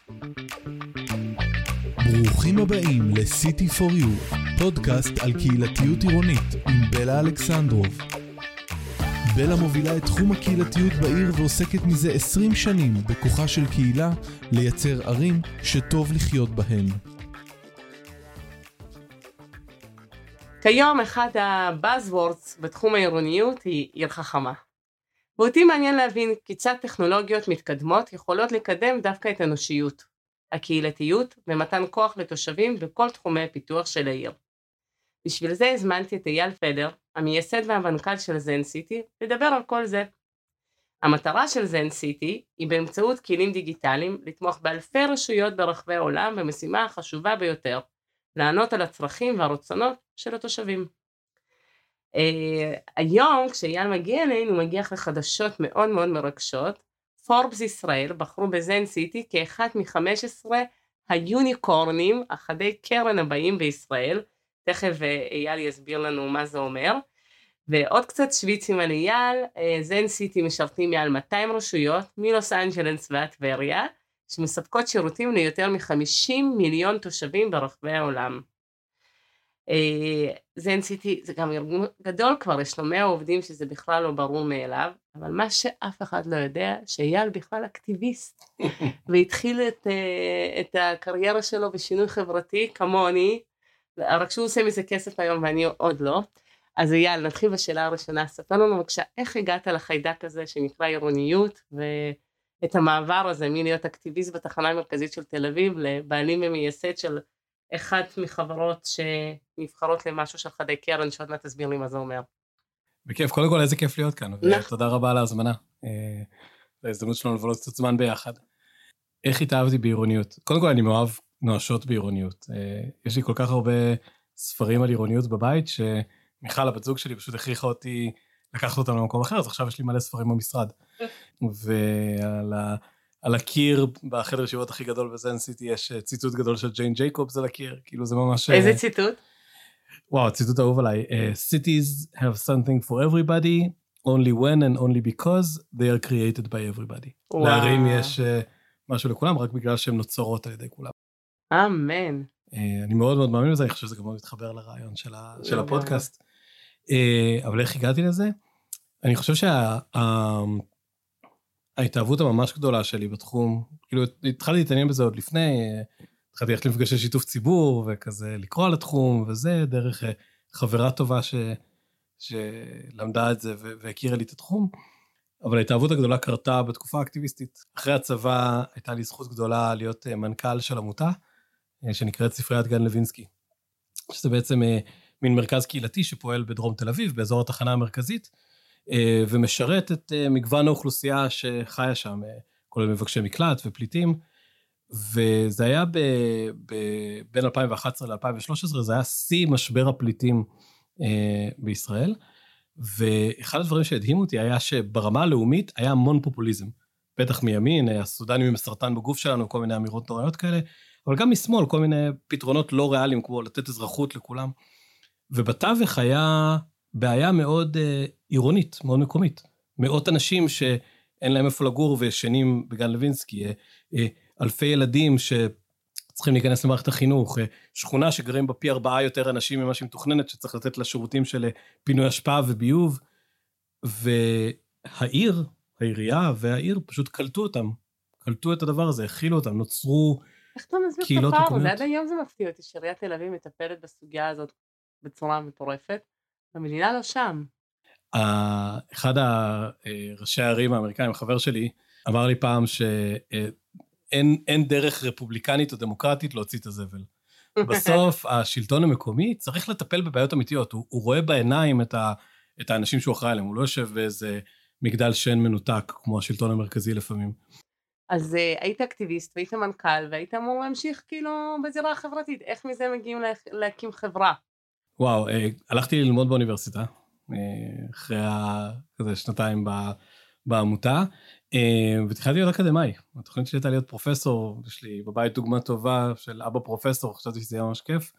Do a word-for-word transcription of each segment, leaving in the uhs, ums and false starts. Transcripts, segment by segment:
ברוכים הבאים ל-City for You, פודקאסט על קהילתיות עירונית עם בלה אלכסנדרוב. בלה מובילה את תחום הקהילתיות בעיר ועוסקת מזה עשרים שנים בכוחה של קהילה לייצר ערים שטוב לחיות בהן. כיום אחד הבאזוורדס בתחום העירוניות היא עיר חכמה. ואותי מעניין להבין כיצד טכנולוגיות מתקדמות יכולות לקדם דווקא את האנושיות, הקהילתיות ומתן כוח לתושבים בכל תחומי הפיתוח של העיר. בשביל זה הזמנתי את אייל פדר, המייסד והמנכ"ל של זן סיטי, לדבר על כל זה. המטרה של זן סיטי היא באמצעות כלים דיגיטליים לתמוך באלפי רשויות ברחבי העולם במשימה החשובה ביותר, לענות על הצרכים והרצונות של התושבים. Uh, היום כשאייל מגיע אלינו, הוא מגיע לחדשות מאוד מאוד מרגשות. פורבס ישראל בחרו בזן סיטי כאחת מ-חמש עשרה היוניקורנים, אחדי קרן הבאים בישראל. תכף אייל יסביר לנו מה זה אומר. ועוד קצת שוויצים על אייל, זן סיטי משרתים מעל מאתיים רשויות, מלוס אנג'לס ועד טבריה, שמספקות שירותים ליותר מ-חמישים מיליון תושבים ברחבי העולם. זן סיטי זה גם ארגון גדול כבר, יש לו מאה עובדים שזה בכלל לא ברור מאליו, אבל מה שאף אחד לא יודע, שאייל בכלל אקטיביסט, והתחיל את, את הקריירה שלו בשינוי חברתי כמוני, רק שהוא עושה מזה כסף היום ואני עוד לא. אז אייל, נתחיל בשאלה הראשונה, ספר לנו בבקשה, איך הגעת לחיידק הזה שנקרא עירוניות, ואת המעבר הזה מלהיות אקטיביסט בתחנה המרכזית של תל אביב, לבעלים ומייסד של אחת מחברות שנבחרות למשהו של חדי קרן, שעוד מעט תסביר לי מה זה אומר. בכיף, קודם כל איזה כיף להיות כאן, ותודה רבה על ההזמנה. זו ההזדמנות שלנו לבלות קצת זמן ביחד. איך התאהבתי בעירוניות? קודם כל אני מאוהב נואשות בעירוניות. יש לי כל כך הרבה ספרים על עירוניות בבית, שמיכל הבת זוג שלי פשוט הכריחה אותי לקחת אותם למקום אחר, אז עכשיו יש לי מלא ספרים במשרד. ועל ה... על הקיר, בחדר ישיבות הכי גדול בזן סיטי, יש ציטוט גדול של ג'יין ג'ייקובס על הקיר, כאילו זה ממש... איזה ציטוט? וואו, ציטוט אהוב עליי. Cities have something for everybody, only when and only because they are created by everybody. לערים יש משהו לכולם, רק בגלל שהן נוצרות על ידי כולם. אמן. אני מאוד מאוד מאמין בזה, אני חושב שזה גם מאוד מתחבר לרעיון של הפודקאסט. אבל איך הגעתי לזה? אני חושב שה... ההתאהבות הממש גדולה שלי בתחום, כאילו התחלתי להתעניין בזה עוד לפני, התחלתי ללכת למפגשי שיתוף ציבור, וכזה לקרוא על התחום, וזה דרך חברה טובה ש, שלמדה את זה, והכירה לי את התחום, אבל ההתאהבות הגדולה קרתה בתקופה האקטיביסטית. אחרי הצבא הייתה לי זכות גדולה להיות מנכ"ל של עמותה, שנקראת ספריית גן לוינסקי, שזה בעצם מין מרכז קהילתי שפועל בדרום תל אביב, באזור התחנה המרכזית, ומשרת את מגוון האוכלוסייה שחיה שם, כולל מבקשי מקלט ופליטים, וזה היה ב, ב, בין אלפיים ואחת עשרה ל-אלפיים ושלוש עשרה, זה היה שיא משבר הפליטים אה, בישראל, ואחד הדברים שהדהימו אותי היה שברמה הלאומית היה המון פופוליזם, בטח מימין, הסודנים עם הסרטן בגוף שלנו, כל מיני אמירות נוראיות כאלה, אבל גם משמאל, כל מיני פתרונות לא ריאליים, כמו לתת אזרחות לכולם, ובתווך היה... בעיה מאוד uh, עירונית, מאוד מקומית. מאות אנשים שאין להם איפה לגור ושנים בגן לוינסקי, uh, uh, אלפי ילדים שצריכים להיכנס למערכת החינוך, uh, שכונה שגרים בפי ארבעה יותר אנשים ממה שמתוכננת, שצריך לתת לה שירותים של uh, פינוי השפעה וביוב, והעיר, העירייה והעיר פשוט קלטו אותם, קלטו את הדבר הזה, הכילו אותם, נוצרו קהילות מקומיות. עד היום זה מפתיע אותי, שעיריית תל אביב מטפלת בסוגיה הזאת בצורה מטורפת, המדינה לא שם. אחד הראשי הערים האמריקאים, החבר שלי, אמר לי פעם שאין דרך רפובליקנית או דמוקרטית להוציא את הזבל. בסוף השלטון המקומי צריך לטפל בבעיות אמיתיות, הוא, הוא רואה בעיניים את, ה, את האנשים שהוא אחראי עליהם, הוא לא יושב באיזה מגדל שן מנותק, כמו השלטון המרכזי לפעמים. אז uh, היית אקטיביסט והיית מנכ"ל, והיית אמור להמשיך כאילו בזירה החברתית, איך מזה מגיעים לה, להקים חברה? וואו, הלכתי ללמוד באוניברסיטה, אחרי כזה שנתיים בעמותה, ותחלתי להיות אקדמאי. התוכנית שלי הייתה להיות פרופסור, יש לי בבית דוגמה טובה של אבא פרופסור, חשבתי שזה היה ממש כיף,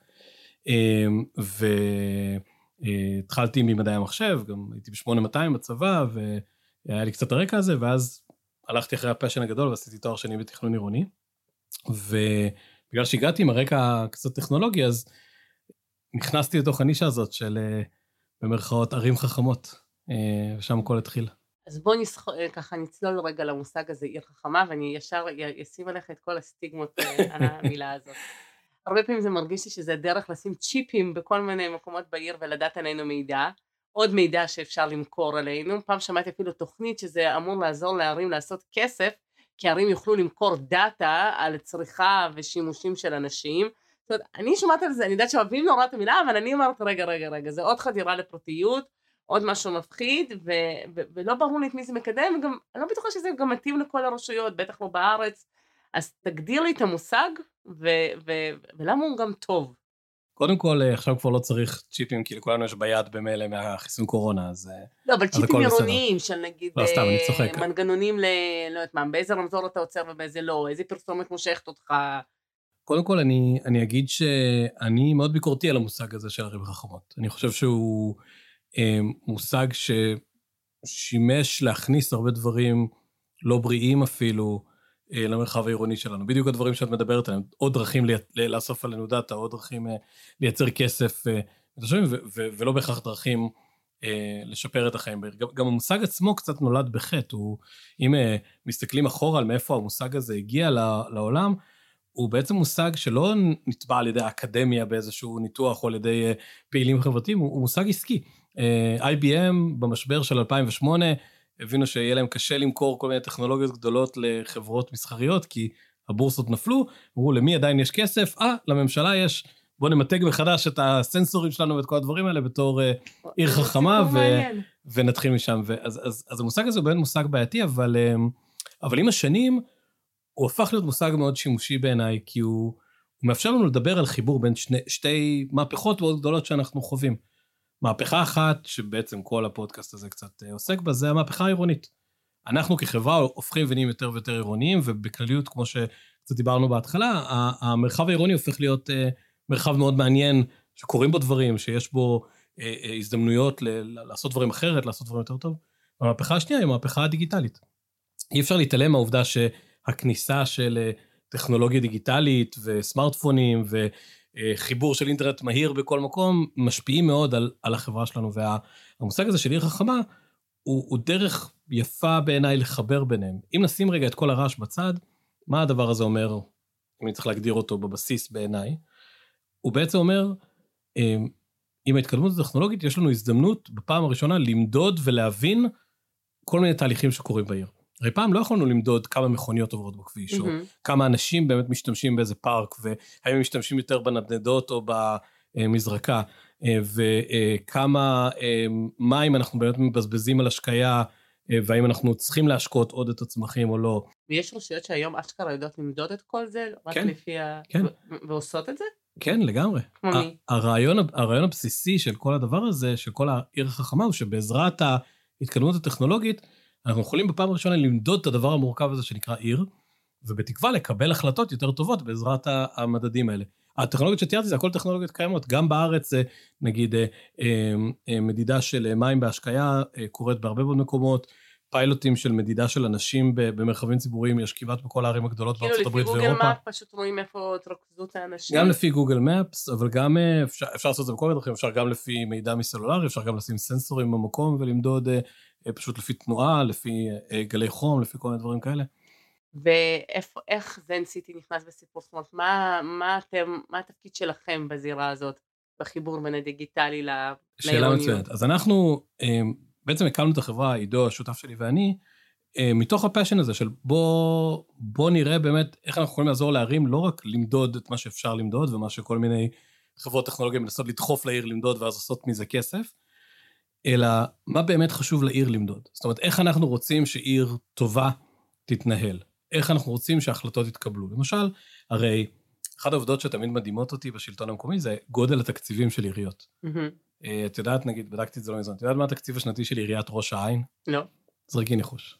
והתחלתי ממדעי המחשב, גם הייתי ב-שמונה מאתיים בצבא, והיה לי קצת הרקע הזה, ואז הלכתי אחרי הפשן הגדול, ועשיתי תואר שני בתכנון עירוני, ובגלל שהגעתי עם הרקע קצת טכנולוגי, אז נכנסתי לתוך הנישה הזאת של, במרכאות, ערים חכמות, ושם הכל התחיל. אז בוא נסח... ככה נצלול רגע למושג הזה, עיר חכמה, ואני ישר אשים עליך את כל הסטיגמות על המילה הזאת. הרבה פעמים זה מרגיש לי שזה דרך לשים צ'יפים בכל מיני מקומות בעיר ולדעת עלינו מידע, עוד מידע שאפשר למכור עלינו. פעם שמעתי אפילו תוכנית שזה אמור לעזור לערים לעשות כסף, כי ערים יוכלו למכור דאטה על צריכה ושימושים של אנשים. זאת אומרת, אני שומעת על זה, אני יודעת שאוהבים נורא את המילה, אבל אני אומרת רגע, רגע, רגע, זה עוד חדירה לפרטיות, עוד משהו מפחיד, ו- ו- ולא ברור לי את מי זה מקדם, וגם, אני לא בטוחה שזה גם מתאים לכל הרשויות, בטח לא בארץ, אז תגדיר לי את המושג, ו- ו- ולמה הוא גם טוב. קודם כל, עכשיו כבר לא צריך צ'יפים, כי לכולנו יש ביד במילא מהחיסון קורונה, אז... לא, אבל צ'יפים עירוניים, של נגיד, לא, סתם, אני צוחק. מנגנונים ל... לא יודעת מה, באיזה רמזור אתה עוצר ובאיזה לא, איזה פרסומת מושכת אותך. קודם כל, אני, אני אגיד שאני מאוד ביקורתי על המושג הזה של ערים חכמות. אני חושב שהוא אה, מושג ששימש להכניס הרבה דברים לא בריאים אפילו, למרחב העירוני שלנו. בדיוק הדברים שאת מדברת עליהם, עוד דרכים לאסוף עלינו דאטה, עוד דרכים לייצר כסף, ולא בהכרח דרכים לשפר את החיים בעיר. גם המושג עצמו קצת נולד בחטא, אם מסתכלים אחורה על מאיפה המושג הזה הגיע לעולם, הוא בעצם מושג שלא נטבע על ידי האקדמיה באיזשהו ניתוח או על ידי פעילים חברתיים, הוא מושג עסקי. איי בי אם במשבר של אלפיים ושמונה, הבינו שיהיה להם קשה למכור כל מיני טכנולוגיות גדולות לחברות מסחריות, כי הבורסות נפלו, אמרו למי עדיין יש כסף, אה, לממשלה יש, בוא נמתג מחדש את הסנסורים שלנו ואת כל הדברים האלה, בתור עיר חכמה, ונתחיל משם. אז המושג הזה הוא בין מושג בעייתי, אבל עם השנים, הוא הפך להיות מושג מאוד שימושי בעיניי, כי הוא מאפשר לנו לדבר על חיבור בין שתי מהפכות מאוד גדולות שאנחנו חווים. מהפכה אחת, שבעצם כל הפודקאסט הזה קצת עוסק בה, זה המהפכה העירונית. אנחנו כחברה הופכים ונהיים יותר ויותר עירוניים, ובכלליות, כמו שקצת דיברנו בהתחלה, המרחב העירוני הופך להיות מרחב מאוד מעניין, שקוראים בו דברים, שיש בו הזדמנויות לעשות דברים אחרת, לעשות דברים יותר טוב. המהפכה השנייה היא המהפכה הדיגיטלית. אי אפשר להתעלם מהעובדה שהכניסה של טכנולוגיה דיגיטלית וסמארטפונים ו... חיבור של אינטרנט מהיר בכל מקום, משפיעים מאוד על, על החברה שלנו, והמושג הזה של עיר חכמה, הוא, הוא דרך יפה בעיניי לחבר ביניהם. אם נשים רגע את כל הרעש בצד, מה הדבר הזה אומר, אם אני צריך להגדיר אותו בבסיס בעיניי, הוא בעצם אומר, עם ההתקדמות הטכנולוגית, יש לנו הזדמנות בפעם הראשונה למדוד ולהבין כל מיני תהליכים שקורים בעיר. הרי פעם לא יכולנו למדוד כמה מכוניות עוברות בכביש, או כמה אנשים באמת משתמשים באיזה פארק, והאם הם משתמשים יותר בנדנדות או במזרקה, וכמה מים אנחנו באמת מבזבזים על השקיה, והאם אנחנו צריכים להשקות עוד את הצמחים או לא. ויש רשויות שהיום אשכרה יודעות למדוד את כל זה, רק לפי ה... ועושות את זה? כן, לגמרי. כמו מי? הרעיון, הרעיון הבסיסי של כל הדבר הזה, של כל העיר החכמה, הוא שבעזרת ההתקדמות הטכנולוגית, אנחנו יכולים בפעם הראשונה למדוד את הדבר המורכב הזה שנקרא עיר, ובתקווה לקבל החלטות יותר טובות בעזרת המדדים האלה. הטכנולוגיות שתיארתי זה הכל טכנולוגיות קיימות, גם בארץ, נגיד, מדידה של מים בהשקיה קורית בהרבה מאוד מקומות, פיילוטים של מדידה של אנשים במרחבים ציבוריים, יש כמעט בכל הערים הגדולות בארצות הברית ואירופה. כאילו לפי גוגל מאפ פשוט רואים איפה התרכזות האנשים. גם לפי גוגל מאפס, אבל גם אפשר, אפשר לעשות את זה בכל מיני דרכים, אפשר גם לפי מידע מסלולרי, אפשר גם לשים סנסורים במקום ולמדוד פשוט לפי תנועה, לפי גלי חום, לפי כל מיני דברים כאלה. ואיך זן סיטי נכנס בסיפור? זאת אומרת, מה, מה אתם, מה התפקיד שלכם בזירה הזאת, בחיבור בין הדיגיטלי לעירוניות? שאלה מצוינת. אז אנחנו בעצם הקמנו את החברה, עידו, השותף שלי ואני, מתוך הפשן הזה של בוא, בוא נראה באמת איך אנחנו יכולים לעזור לערים, לא רק למדוד את מה שאפשר למדוד, ומה שכל מיני חברות טכנולוגיה מנסות לדחוף לעיר למדוד, ואז לעשות מזה כסף, אלא מה באמת חשוב לעיר למדוד. זאת אומרת, איך אנחנו רוצים שעיר טובה תתנהל. איך אנחנו רוצים שההחלטות יתקבלו. למשל, הרי אחת העובדות שתמיד מדהימות אותי בשלטון המקומי, זה גודל התקציבים של עיריות. Mm-hmm. את יודעת, נגיד, בדקתי את זה לא מזמן, את יודעת מה התקציב השנתי של עיריית ראש העין? לא. זרקי ניחוש.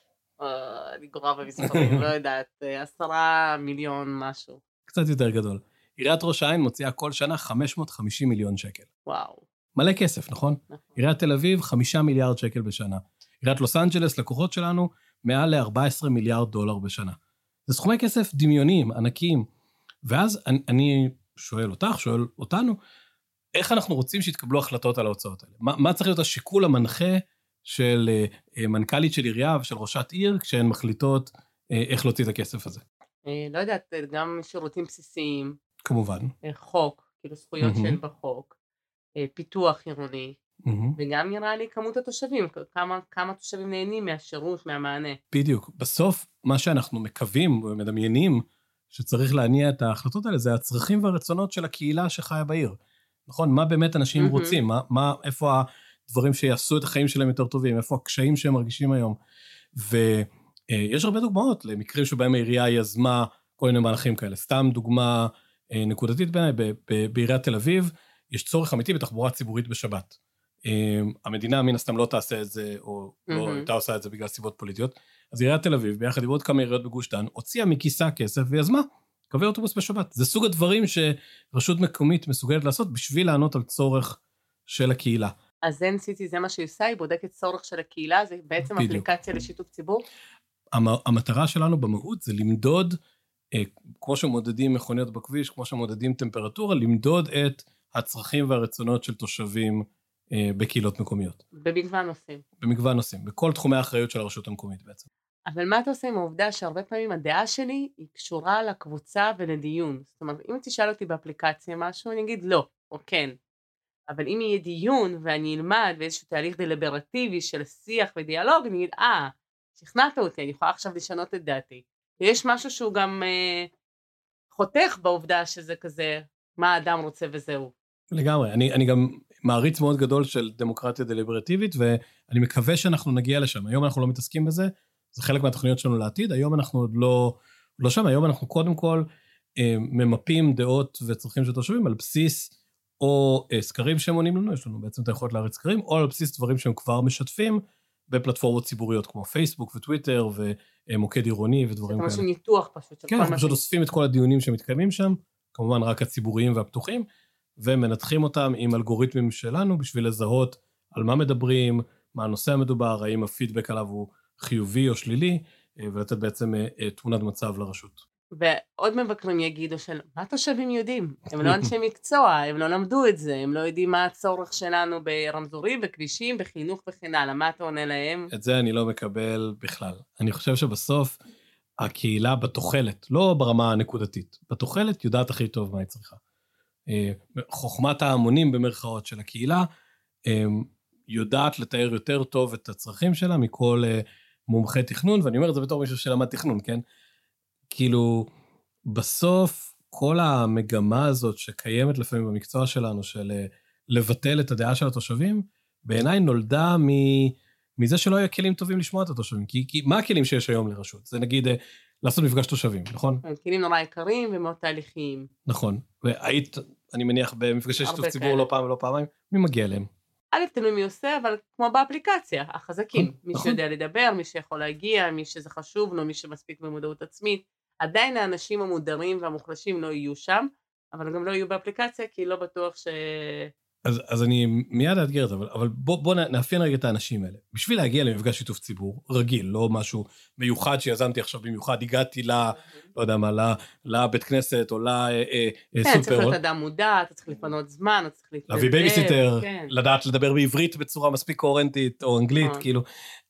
אני גורע במספרים, לא יודעת, עשרה מיליון משהו. קצת יותר גדול. עיריית ראש העין מוציאה כל שנה חמש מאות וחמישים מיליון שקל. וואו. מלא כסף, נכון? נכון. עיריית תל אביב, חמישה מיליארד שקל בשנה. עיריית לוס אנג'לס, לקוחות שלנו, מעל ל-ארבעה עשר מיליארד דולר בשנה. זה סכומי כסף דמיוניים, ענקיים. ואז אני, אני שואל אותך, שואל אותנו, איך אנחנו רוצים שיתקבלו החלטות על ההוצאות האלה? מה, מה צריך להיות השיקול המנחה של uh, מנכ"לית של עירייה ושל ראשת עיר, כשהן מחליטות uh, איך להוציא את הכסף הזה? לא יודעת, גם שירותים בסיסיים. כמובן. חוק, כאילו זכויות של בחוק, פיתוח עירוני, וגם נראה לי כמות התושבים, כמה, כמה תושבים נהנים מהשירות, מהמענה. בדיוק. בסוף, מה שאנחנו מקווים ומדמיינים שצריך להניע את ההחלטות האלה, זה הצרכים והרצונות של הקהילה שחיה בעיר. נכון? מה באמת אנשים רוצים? מה, מה, איפה הדברים שיעשו את החיים שלהם יותר טובים? איפה הקשיים שהם מרגישים היום? ויש הרבה דוגמאות למקרים שבהם העירייה יזמה כל מיני מהלכים כאלה. סתם דוגמה נקודתית בעיניי, בעיריית תל אביב, יש צורך אמיתי בתחבורה ציבורית בשבת. המדינה מן הסתם לא תעשה את זה, או לא הייתה עושה את זה בגלל סיבות פוליטיות, אז עיריית תל אביב, ביחד עם עוד כמה עיריות בגוש דן, הוציאה מכיסה כסף ויזמה קווי אוטובוס בשבת. זה סוג הדברים שרשות מקומית מסוגלת לעשות, בשביל לענות על צורך של הקהילה. אז אן סי טי זה מה שהיא עושה, היא בודקת צורך של הקהילה, זה בעצם אפליקציה לשיתוף ציבור? המטרה שלנו במהות זה למדוד, כמו שמודדים מכוניות בכביש, כמו שמודדים טמפרטורה, למדוד את הצרכים והרצונות של תושבים בקהילות מקומיות. במגוון נושאים. במגוון נושאים, בכל תחומי האחריות של הרשות המקומית בעצם. אבל מה אתה עושה עם העובדה שהרבה פעמים הדעה שלי היא קשורה לקבוצה ולדיון? זאת אומרת, אם תשאל אותי באפליקציה משהו, אני אגיד לא, או כן. אבל אם יהיה דיון ואני אלמד באיזשהו תהליך דליברטיבי של שיח ודיאלוג, אני אגיד, אה, שכנעת אותי, אני יכולה עכשיו לשנות את דעתי. ויש משהו שהוא גם אה, חותך בעובדה שזה כזה, מה האדם רוצה וזהו. לגמרי, אני, אני גם מעריץ מאוד גדול של דמוקרטיה דליברטיבית, ואני מקווה שאנחנו נגיע לשם. היום אנחנו לא מתעסקים בזה, זה חלק מהתוכניות שלנו לעתיד, היום אנחנו עוד לא, לא שם, היום אנחנו קודם כל אה, ממפים דעות וצרכים של תושבים על בסיס, או אה, סקרים שהם עונים לנו, יש לנו בעצם את היכולת להריץ סקרים, או על בסיס דברים שהם כבר משתפים, בפלטפורמות ציבוריות כמו פייסבוק וטוויטר ומוקד עירוני ודברים כאלה. זה משהו ניתוח פשוט. כן, אנחנו פשוט אוספים את כל הדיונים שמתקיימים שם, כמובן רק הציבוריים והפתוחים, ומנתחים אותם עם אלגוריתמים שלנו בשביל לזהות על מה מדברים, מה הנושא המדובר, האם הפידבק עליו הוא חיובי או שלילי, ולתת בעצם תמונת מצב לרשות. ועוד מבקרים יגידו של, מה תושבים יודעים? הם לא אנשי מקצוע, הם לא למדו את זה, הם לא יודעים מה הצורך שלנו ברמזורים, בכבישים, בחינוך וכן הלאה, מה אתה עונה להם? את זה אני לא מקבל בכלל. אני חושב שבסוף הקהילה בתוחלת, לא ברמה הנקודתית, בתוחלת יודעת הכי טוב מה היא צריכה. חוכמת ההמונים במרכאות של הקהילה, יודעת לתאר יותר טוב את הצרכים שלה מכל מומחי תכנון, ואני אומר את זה בתור מישהו שלמד תכנון, כן? כאילו, בסוף, כל המגמה הזאת שקיימת לפעמים במקצוע שלנו, של לבטל את הדעה של התושבים, בעיניי נולדה מזה שלא היה כלים טובים לשמוע את התושבים. כי, כי מה הכלים שיש היום לרשות? זה נגיד, לעשות מפגש תושבים, נכון? כלים נורא יקרים ומאוד תהליכיים. נכון. והיית, אני מניח, במפגשי שיתוף ציבור לא פעם ולא פעמיים, מי מגיע להם? א', תלוי מי עושה, אבל כמו באפליקציה, החזקים. מי שיודע לדבר, מי שיכול להגיע, מי שזה חשוב לו, מי שמספיק במודעות עצמית. עדיין האנשים המודרים והמוחלשים לא יהיו שם, אבל גם לא יהיו באפליקציה, כי לא בטוח ש... אז, אז אני מיד אאתגר את זה, אבל, אבל בוא, בוא נאפיין רגע את האנשים האלה. בשביל להגיע למפגש שיתוף ציבור, רגיל, לא משהו מיוחד שיזמתי עכשיו במיוחד, הגעתי ל... לא יודע מה, לבית כנסת או לסופר. כן, צריך להיות אדם מודע, אתה צריך לפנות זמן, אתה צריך להתנדב. להביא בייביסיטר, לדעת לדבר בעברית בצורה מספיק קוהרנטית או אנגלית, כאילו.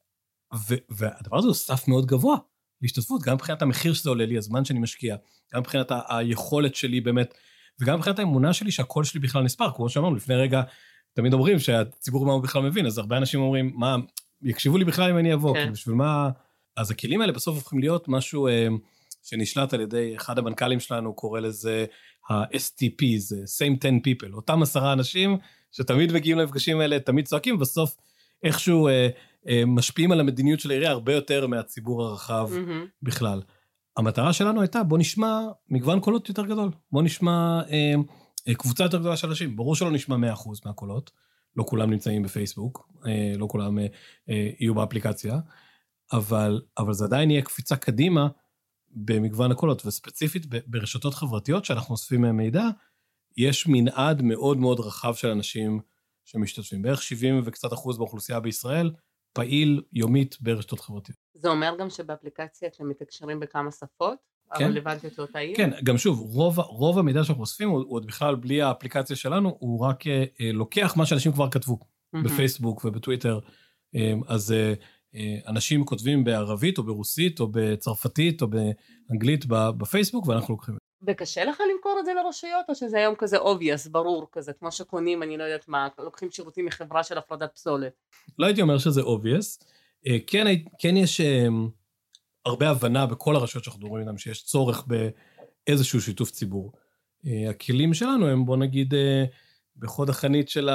והדבר הזה הוא סף מאוד גבוה. להשתתפות, גם מבחינת המחיר שזה עולה לי, הזמן שאני משקיע, גם מבחינת היכולת שלי באמת, וגם מבחינת האמונה שלי שהקול שלי בכלל נספר, כמו שאמרנו לפני רגע, תמיד אומרים שהציבור מה הוא בכלל מבין, אז הרבה אנשים אומרים, מה, יקשיבו לי בכלל אם אני אבוא, כי בשביל מה, אז הכלים האלה בסוף הופכים להיות משהו שנשלט על ידי אחד המנכ"לים שלנו, קורא לזה ה-אס טי פי, זה same ten people, אותם עשרה אנשים שתמיד מגיעים למפגשים האלה, תמיד צועקים, ובסוף איכשהו משפיעים על המדיניות של העירייה הרבה יותר מהציבור הרחב mm-hmm. בכלל. המטרה שלנו הייתה, בוא נשמע מגוון קולות יותר גדול, בוא נשמע אה, אה, קבוצה יותר גדולה של אנשים, ברור שלא נשמע מאה אחוז מהקולות, לא כולם נמצאים בפייסבוק, אה, לא כולם אה, אה, יהיו באפליקציה, אבל, אבל זה עדיין יהיה קפיצה קדימה במגוון הקולות, וספציפית ברשתות חברתיות שאנחנו אוספים מהם מידע, יש מנעד מאוד מאוד רחב של אנשים שמשתתפים, בערך שבעים וקצת אחוז באוכלוסייה בישראל, פעיל יומית ברשתות חברתיות. זה אומר גם שבאפליקציה אתם מתקשרים בכמה שפות, כן. הרלוונטיות לאותה עיר? כן, גם שוב, רוב, רוב המידע שאנחנו אוספים, הוא, הוא עוד בכלל בלי האפליקציה שלנו, הוא רק אה, לוקח מה שאנשים כבר כתבו, mm-hmm. בפייסבוק ובטוויטר, אה, אז אה, אה, אנשים כותבים בערבית או ברוסית או בצרפתית או באנגלית בפייסבוק, ואנחנו לוקחים את זה. וקשה לך למכור את זה לרשויות, או שזה היום כזה obvious, ברור כזה, כמו שקונים, אני לא יודעת מה, לוקחים שירותים מחברה של הפרדת פסולת? לא הייתי אומר שזה obvious, אה, כן, כן יש... אה, הרבה הבנה בכל הרשויות שאנחנו מדברים איתם, שיש צורך באיזשהו שיתוף ציבור. הכלים שלנו הם, בוא נגיד, בחוד החנית של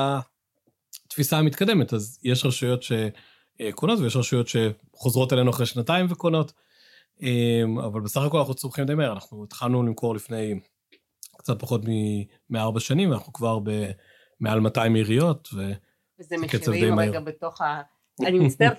התפיסה המתקדמת, אז יש רשויות שקונות, ויש רשויות שחוזרות אלינו אחרי שנתיים וקונות, אבל בסך הכל אנחנו צורכים די מהר, אנחנו התחלנו למכור לפני קצת פחות מארבע שנים, ואנחנו כבר במעל מאתיים עיריות, וזה מחירים רגע בתוך ה... אני מצטערת,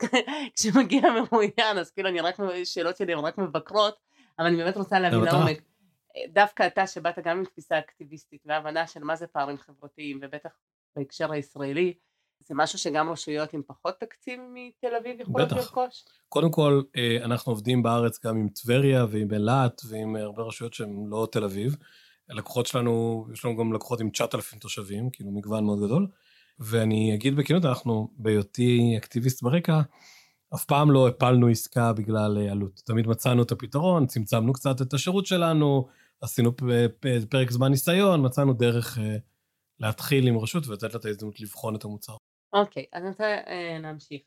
כשמגיע מרואיין, אז כאילו אני רק, שאלות שלי הן רק מבקרות, אבל אני באמת רוצה להבין לעומק. דווקא אתה שבאת גם עם תפיסה אקטיביסטית, והבנה של מה זה פערים חברתיים, ובטח בהקשר הישראלי, זה משהו שגם רשויות עם פחות תקציב מתל אביב יכולות לרכוש? קודם כל, אנחנו עובדים בארץ גם עם טבריה ועם אילת, ועם הרבה רשויות שהן לא תל אביב. הלקוחות שלנו, יש לנו גם לקוחות עם תשעת אלפים תושבים, כאילו מגוון מאוד גדול. ואני אגיד בכנות, אנחנו בהיותי אקטיביסט ברקע, אף פעם לא הפלנו עסקה בגלל עלות. תמיד מצאנו את הפתרון, צמצמנו קצת את השירות שלנו, עשינו פרק זמן ניסיון, מצאנו דרך להתחיל עם רשות, ולתת לה את ההזדמנות לבחון את המוצר. אוקיי, אז אני רוצה להמשיך.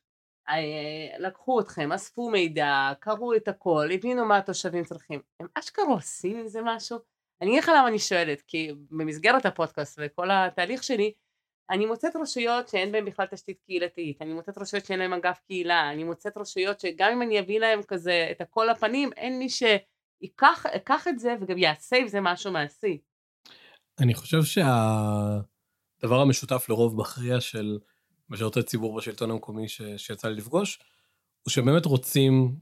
לקחו אתכם, אספו מידע, קראו את הכל, הבינו מה התושבים צריכים. הם אשכרה עושים עם זה משהו? אני אגיד לך למה אני שואלת, כי במסגרת הפודקאסט וכל התהליך שלי, אני מוצאת רשויות שאין בהן בכלל תשתית קהילתית, אני מוצאת רשויות שאין להן אגף קהילה, אני מוצאת רשויות שגם אם אני אביא להם כזה את הכל לפנים, אין מי שיקח את זה וגם יעשה עם זה משהו מעשי. אני חושב שהדבר המשותף לרוב מכריע של משרתי ציבור בשלטון המקומי ש... שיצא לי לפגוש, הוא שבאמת רוצים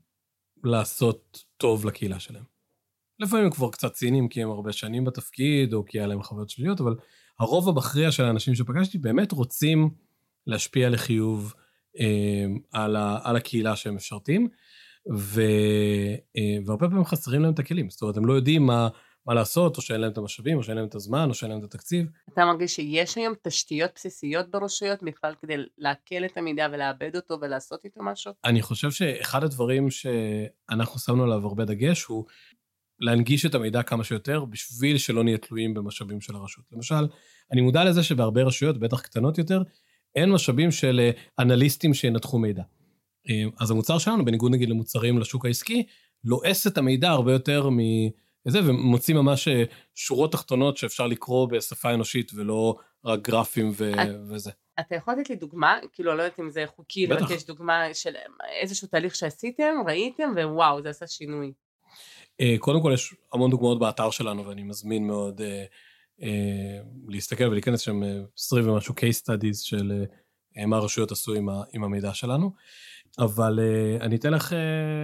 לעשות טוב לקהילה שלהם. לפעמים הם כבר קצת ציניים כי הם הרבה שנים בתפקיד, או כי היה להם חוויות שליליות, אבל הרוב המכריע של האנשים שפגשתי באמת רוצים להשפיע לחיוב אה, על, ה, על הקהילה שהם משרתים, ו, אה, והרבה פעמים חסרים להם את הכלים, זאת אומרת, הם לא יודעים מה, מה לעשות, או שאין להם את המשאבים, או שאין להם את הזמן, או שאין להם את התקציב. אתה מרגיש שיש היום תשתיות בסיסיות ברשויות, בכלל כדי להקל את המידע ולאבד אותו ולעשות איתו משהו? אני חושב שאחד הדברים שאנחנו שמנו עליו הרבה דגש, הוא להנגיש את המידע כמה שיותר, בשביל שלא נהיה תלויים במשאבים של הרשות. למשל, אני מודע לזה שבהרבה רשויות, בטח קטנות יותר, אין משאבים של אנליסטים שינתחו מידע. אז המוצר שלנו, בניגוד נגיד למוצרים לשוק העסקי, לועס את המידע הרבה יותר מזה, ומוצאים ממש שורות תחתונות שאפשר לקרוא בשפה אנושית, ולא רק גרפים ו... וזה. אתה יכול לתת לי דוגמה, כאילו לא יודעת אם זה חוקי, לבקש דוגמה של איזשהו תהליך שעשיתם, ראיתם, ווואו, זה עשה שינוי. קודם כל יש המון דוגמאות באתר שלנו, ואני מזמין מאוד אה, אה, להסתכל ולהיכנס שם עשרים ומשהו case studies של אה, מה הרשויות עשו עם, ה, עם המידע שלנו, אבל אה, אני אתן לך אה,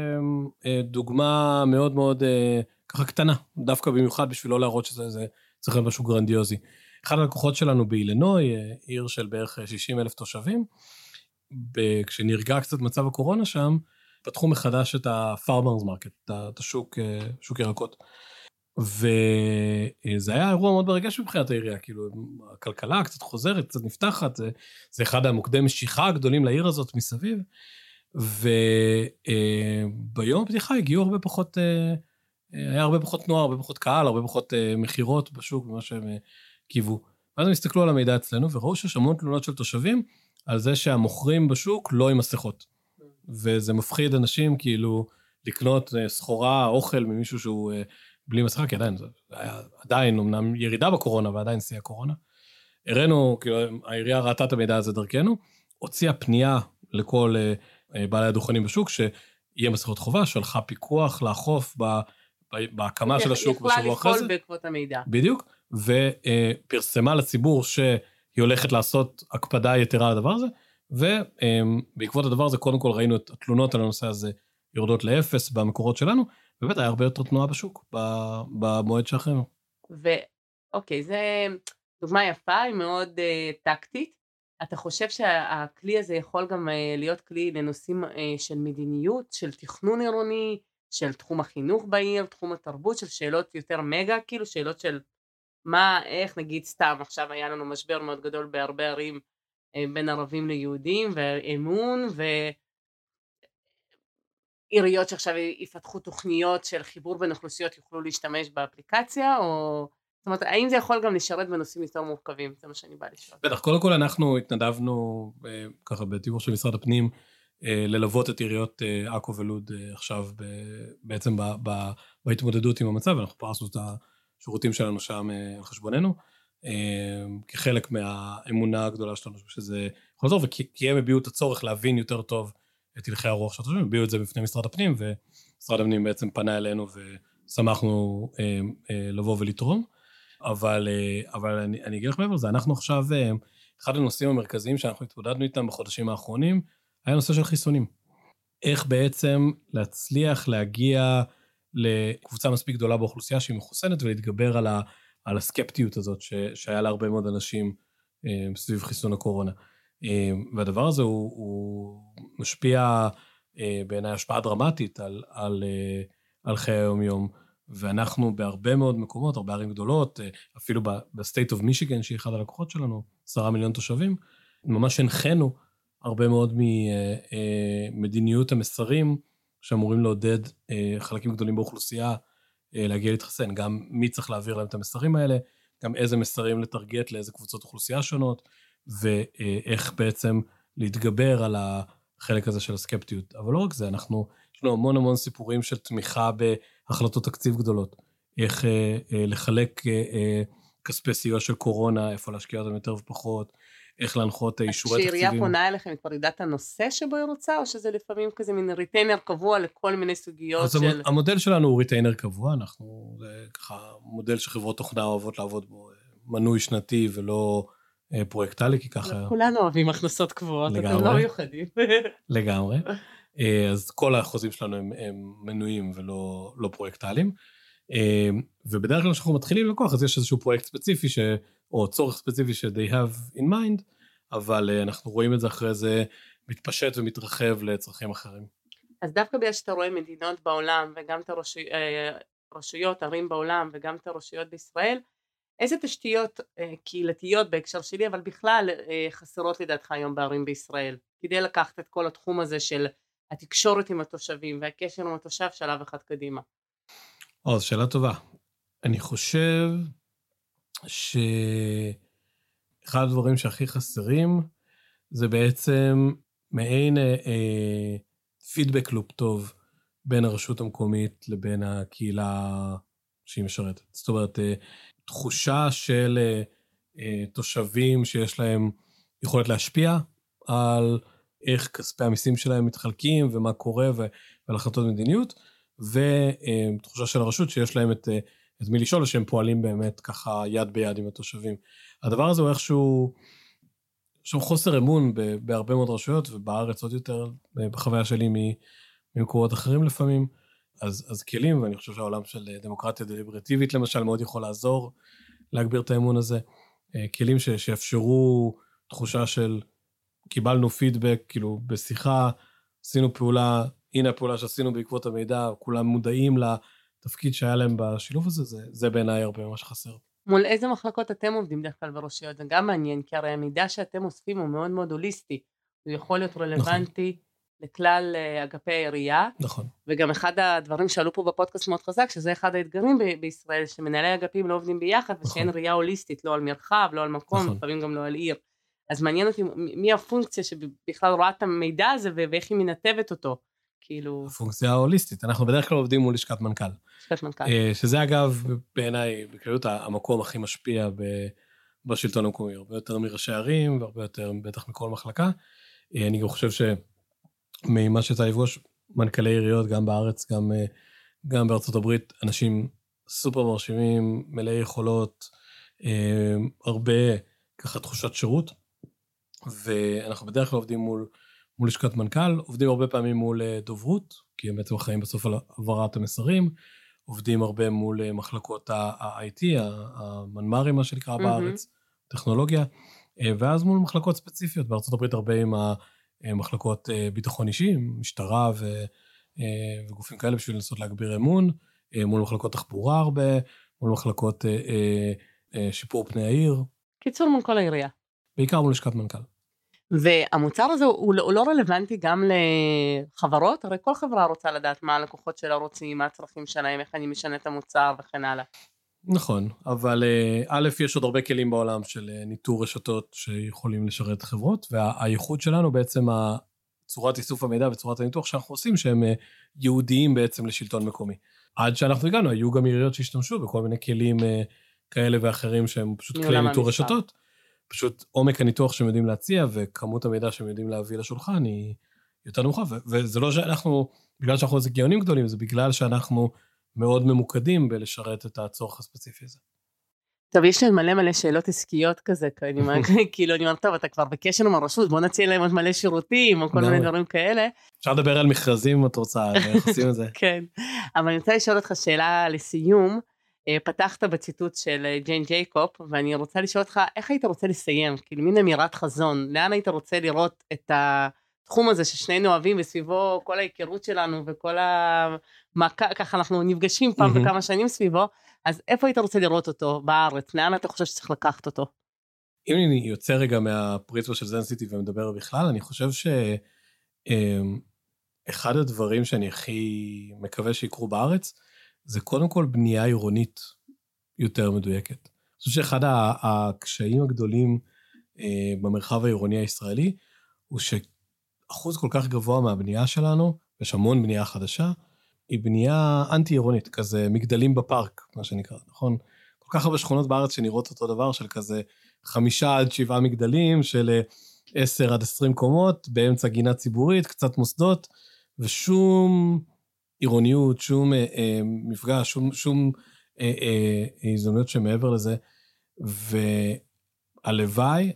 אה, דוגמה מאוד מאוד אה, ככה קטנה, דווקא במיוחד בשביל לא להראות שזה זה, צריך להיות משהו גרנדיוזי. אחד הלקוחות שלנו באילינוי, אה, עיר של בערך שישים אלף תושבים, ב, כשנרגע קצת מצב הקורונה שם, פתחו מחדש את ה-farmers market, את השוק, שוק ירקות. וזה היה אירוע מאוד ברגש מבחינת העירייה, כאילו, הכלכלה קצת חוזרת, קצת נפתחת, זה, זה אחד המוקדי משיכה הגדולים לעיר הזאת מסביב, וביום הפתיחה הגיעו הרבה פחות, היה הרבה פחות תנועה, הרבה פחות קהל, הרבה פחות מחירות בשוק, במה שהם קיוו. ואז הם הסתכלו על המידע אצלנו, וראו שיש המון תלונות של תושבים, על זה שהמוכרים בשוק לא עם מסכות. וזה מפחיד אנשים כאילו לקנות סחורה, אוכל ממישהו שהוא בלי מסכה, כי עדיין, זה היה עדיין, אמנם ירידה בקורונה, ועדיין שיא הקורונה. הראינו, כאילו, העירייה ראתה את המידע הזה דרכנו, הוציאה פנייה לכל בעלי הדוכנים בשוק, שיהיה מסכות חובה, שהלכה פיקוח לאכוף בהקמה של השוק בשבוע אחרי זה. יכולה לפעול בעקבות המידע. בדיוק, ופרסמה לציבור שהיא הולכת לעשות הקפדה יתרה על הדבר הזה, ובעקבות הדבר הזה, קודם כל ראינו את התלונות על הנושא הזה יורדות לאפס במקורות שלנו, ובאמת היה הרבה יותר תנועה בשוק, במועד שאחרינו. ואוקיי, זה דוגמה יפה, היא מאוד uh, טקטית, אתה חושב שהכלי הזה יכול גם להיות כלי לנושאים של מדיניות, של תכנון עירוני, של תחום החינוך בעיר, תחום התרבות, של שאלות יותר מגה, כאילו שאלות של מה, איך נגיד סתם, עכשיו היה לנו משבר מאוד גדול בהרבה ערים בין ערבים ליהודים, ואמון, ועיריות שעכשיו יפתחו תוכניות של חיבור בין אוכלוסיות יוכלו להשתמש באפליקציה, או... זאת אומרת, האם זה יכול גם לשרת בנושאים יותר מורכבים? זה מה שאני באה לשאול. בטח, קודם כל אנחנו התנדבנו, ככה בתיווך של משרד הפנים, ללוות את עיריות עכו ולוד עכשיו, בעצם בהתמודדות עם המצב, ואנחנו פרסנו את השירותים שלנו שם על חשבוננו, כחלק מהאמונה הגדולה שלנו, שזה יכול לעזור, וכי הם הביאו את הצורך להבין יותר טוב את הלכי הרוח של התושבים, הביאו את זה בפני משרד הפנים, ומשרד הפנים בעצם פנה אלינו, ושמחנו לבוא ולתרום. אבל, אבל אני, אני אגיד לך מעבר לזה, אנחנו עכשיו, אחד הנושאים המרכזיים שאנחנו התמודדנו איתם בחודשים האחרונים, היה נושא של חיסונים. איך בעצם להצליח להגיע לקבוצה מספיק גדולה באוכלוסייה שהיא מחוסנת, ולהתגבר על, ה, על הסקפטיות הזאת ש, שהיה לה הרבה מאוד אנשים סביב חיסון הקורונה. והדבר הזה הוא, הוא משפיע בעיניי השפעה דרמטית על, על, על חיי היום-יום, ואנחנו בהרבה מאוד מקומות, הרבה ערים גדולות, אפילו בסטייט אוף מישיגן, שהיא אחד הלקוחות שלנו, עשרה מיליון תושבים, ממש הנחנו הרבה מאוד ממדיניות המסרים, שאמורים לעודד חלקים גדולים באוכלוסייה להגיע להתחסן, גם מי צריך להעביר להם את המסרים האלה, גם איזה מסרים לטרגט לאיזה קבוצות אוכלוסייה שונות, ואיך בעצם להתגבר על החלק הזה של הסקפטיות. אבל לא רק זה, אנחנו, יש לנו המון המון סיפורים של תמיכה בהחלטות תקציב גדולות, איך אה, אה, לחלק אה, אה, כספי סיוע של קורונה, איפה להשקיע אותם יותר ופחות, איך להנחות אישורי תקציבים. כשעירייה פונה אליכם, כבר ידעת הנושא שבו היא רוצה, או שזה לפעמים כזה מין ריטיינר קבוע לכל מיני סוגיות אז של... המודל שלנו הוא ריטיינר קבוע, אנחנו, זה ככה מודל שחברות תוכנה אוהבות לעבוד בו, מנוי שנתי ולא פרויקטלי, כי ככה... כולנו אוהבים הכנסות קבועות, אתם לא מיוחדים. לגמרי. אז כל החוזים שלנו הם, הם מנויים ולא לא פרויקטליים, ובדרך כלל כשאנחנו מתחילים לקוח, אז יש איזשהו פרויקט ספציפי, ש, או צורך ספציפי ש-they have in mind, אבל אנחנו רואים את זה אחרי זה מתפשט ומתרחב לצרכים אחרים. אז דווקא בגלל שאתה רואה מדינות בעולם, וגם את הרשויות, ערים בעולם, וגם את הרשויות בישראל, איזה תשתיות קהילתיות בהקשר שלי, אבל בכלל חסרות לדעתך היום בערים בישראל, כדי לקחת את כל התחום הזה של התקשורת עם התושבים, והקשר עם התושב שלב אחד קדימה? או, זו שאלה טובה. אני חושב שאחד הדברים שהכי חסרים, זה בעצם מעין אה, פידבק לופ טוב, בין הרשות המקומית לבין הקהילה שהיא משרתת. זאת אומרת, אה, תחושה של אה, אה, תושבים שיש להם יכולת להשפיע על איך כספי המיסים שלהם מתחלקים ומה קורה ועל החלטות מדיניות, ותחושה של הרשות שיש להם את, את מי לשאול, שהם פועלים באמת ככה יד ביד עם התושבים. הדבר הזה הוא איכשהו, שהוא חוסר אמון בהרבה מאוד רשויות, ובארץ עוד יותר, בחוויה שלי ממקורות אחרים לפעמים, אז, אז כלים, ואני חושב שהעולם של דמוקרטיה דליברטיבית למשל מאוד יכול לעזור להגביר את האמון הזה, כלים ש, שיאפשרו תחושה של קיבלנו פידבק, כאילו בשיחה, עשינו פעולה, הנה הפעולה שעשינו בעקבות המידע, כולם מודעים לתפקיד שהיה להם בשילוב הזה, זה, זה בעיניי הרבה ממש חסר. מול איזה מחלקות אתם עובדים דרך כלל ברשויות? זה גם מעניין, כי הרי המידע שאתם אוספים הוא מאוד מאוד הוליסטי, הוא יכול להיות רלוונטי נכון. לכלל אגפי העירייה, נכון. וגם אחד הדברים שעלו פה בפודקאסט מאוד חזק, שזה אחד האתגרים ב- בישראל, שמנהלי אגפים לא עובדים ביחד, נכון. ושאין ראייה הוליסטית, לא על מרחב, לא על מקום, נכון. לפעמים גם לא על עיר. אז מעניין אותי מי הפונקציה שבכלל רואה את המידע הזה, ואיך היא מנתבת אותו, כאילו... הפונקציה ההוליסטית, אנחנו בדרך כלל עובדים מול לשכת מנכ"ל. לשכת מנכ"ל. שזה אגב, בעיניי, בכללות המקום הכי משפיע בשלטון המקומי, הרבה יותר מראשי ערים, והרבה יותר בטח מכל מחלקה. אני גם חושב שממה שיצא לפגוש מנכ"לי עיריות, גם בארץ, גם, גם בארצות הברית, אנשים סופר מרשימים, מלאי יכולות, הרבה ככה תחושת שירות, ואנחנו בדרך כלל עובדים מול, מול לשכת מנכ"ל, עובדים הרבה פעמים מול דוברות, כי הם בעצם אחראים בסוף על העברת המסרים, עובדים הרבה מול מחלקות ה-איי טי, המנמ"רים, מה שנקרא בארץ, טכנולוגיה, ואז מול מחלקות ספציפיות, בארצות הברית הרבה עם המחלקות ביטחון אישי, משטרה ו, וגופים כאלה בשביל לנסות להגביר אמון, מול מחלקות תחבורה הרבה, מול מחלקות שיפור פני העיר. קיצור מול כל העירייה. בעיקר מול לשכת מנכ"ל. והמוצר הזה הוא לא רלוונטי גם לחברות, הרי כל חברה רוצה לדעת מה הלקוחות שלה רוצים, מה הצרכים שלהם, איך אני משנה את המוצר וכן הלאה. נכון, אבל א', יש עוד הרבה כלים בעולם של ניטור רשתות שיכולים לשרת חברות, והייחוד שלנו בעצם צורת איסוף המידע וצורת הניתוח שאנחנו עושים, שהם ייעודיים בעצם לשלטון מקומי. עד שאנחנו הגענו, היו גם עיריות שהשתמשו בכל מיני כלים כאלה ואחרים שהם פשוט כלי ניטור רשתות, פשוט עומק הניתוח שהם יודעים להציע, וכמות המידע שהם יודעים להביא לשולחן היא יותר נמוכה, וזה לא שאנחנו, בגלל שאנחנו איזה גאונים גדולים, זה בגלל שאנחנו מאוד ממוקדים בלשרת את הצורך הספציפי הזה. טוב, יש להם מלא מלא שאלות עסקיות כזה, כאילו אני אומרת, טוב, אתה כבר בקשר עם הרשות, בוא נציע להם עוד מלא שירותים, או כל מיני דברים כאלה. אפשר לדבר על מכרזים, את רוצה, איך עושים את זה? כן, אבל אני רוצה לשאול אותך שאלה לסיום, פתחת בציטוט של ג'יין ג'ייקוב, ואני רוצה לשאול אותך, איך היית רוצה לסיים? כאילו, מין אמירת חזון, לאן היית רוצה לראות את התחום הזה ששנינו אוהבים, וסביבו כל ההיכרות שלנו, וכל המעקה, ככה אנחנו נפגשים פעם בכמה שנים סביבו, אז איפה היית רוצה לראות אותו בארץ? לאן אתה חושב שצריך לקחת אותו? אם אני יוצא רגע מהפריצפה של זנסיטי ומדבר בכלל, אני חושב שאחד הדברים שאני הכי מקווה שיקרו בארץ, זה קודם כל בנייה עירונית יותר מדויקת. אני חושב שאחד הקשיים הגדולים במרחב העירוני הישראלי, הוא שאחוז כל כך גבוה מהבנייה שלנו, יש המון בנייה חדשה, היא בנייה אנטי-עירונית, כזה מגדלים בפארק, מה שנקרא, נכון? כל כך הרבה שכונות בארץ שנראות אותו דבר, של כזה חמישה עד שבעה מגדלים, של עשר עד עשרים קומות, באמצע גינה ציבורית, קצת מוסדות, ושום עירוניות, שום אה, אה, מפגש, שום, שום אה, אה, הזדמנות שמעבר לזה, והלוואי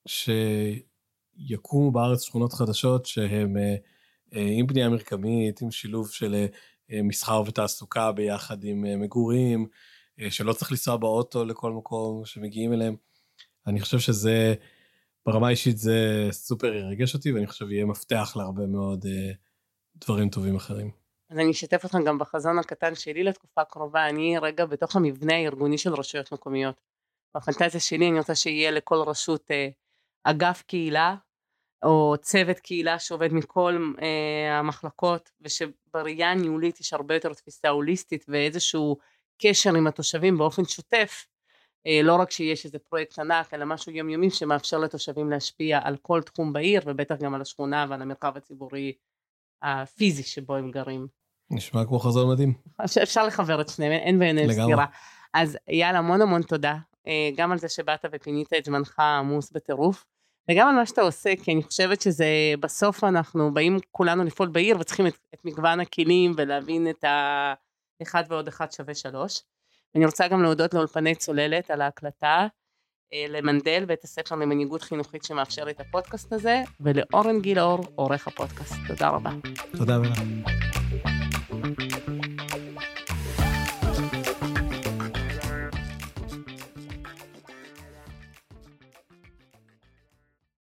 שיקומו בארץ שכונות חדשות, שהם אה, אה, עם בנייה מרקמית, עם שילוב של אה, מסחר ותעסוקה ביחד עם מגורים, שלא צריך לנסוע באוטו לכל מקום שמגיעים אליהם. אני חושב שזה, ברמה אישית זה סופר ירגש אותי, ואני חושב יהיה מפתח להרבה מאוד דברים טובים אחרים. אז אני אשתף אתכם גם בחזון הקטן שלי לתקופה הקרובה, אני רגע בתוך המבנה הארגוני של רשויות מקומיות. בפנטזיה שלי אני רוצה שיהיה לכל רשות אגף קהילה, או צוות קהילה שעובד מכל אה, המחלקות, ושבראייה הניהולית יש הרבה יותר תפיסה הוליסטית, ואיזשהו קשר עם התושבים באופן שוטף, אה, לא רק שיש איזה פרויקט ענק, אלא משהו יומיומי שמאפשר לתושבים להשפיע על כל תחום בעיר, ובטח גם על השכונה ועל המרחב הציבורי הפיזי שבו הם גרים. נשמע כמו חזון מדהים. אפשר לחבר את שניהם, אין ביניהם סגירה. אז יאללה, המון המון תודה, אה, גם על זה שבאת ופינית את זמנך עמוס בטירוף, וגם על מה שאתה עושה, כי אני חושבת שזה בסוף אנחנו באים כולנו לפעול בעיר, וצריכים את, את מגוון הכלים, ולהבין את האחד ועוד אחד שווה שלוש. ואני רוצה גם להודות לאולפני צוללת על ההקלטה, למנדל, בית הספר למנהיגות חינוכית שמאפשר לי את הפודקאסט הזה, ולאורן גילאור, עורך הפודקאסט. תודה רבה. תודה רבה.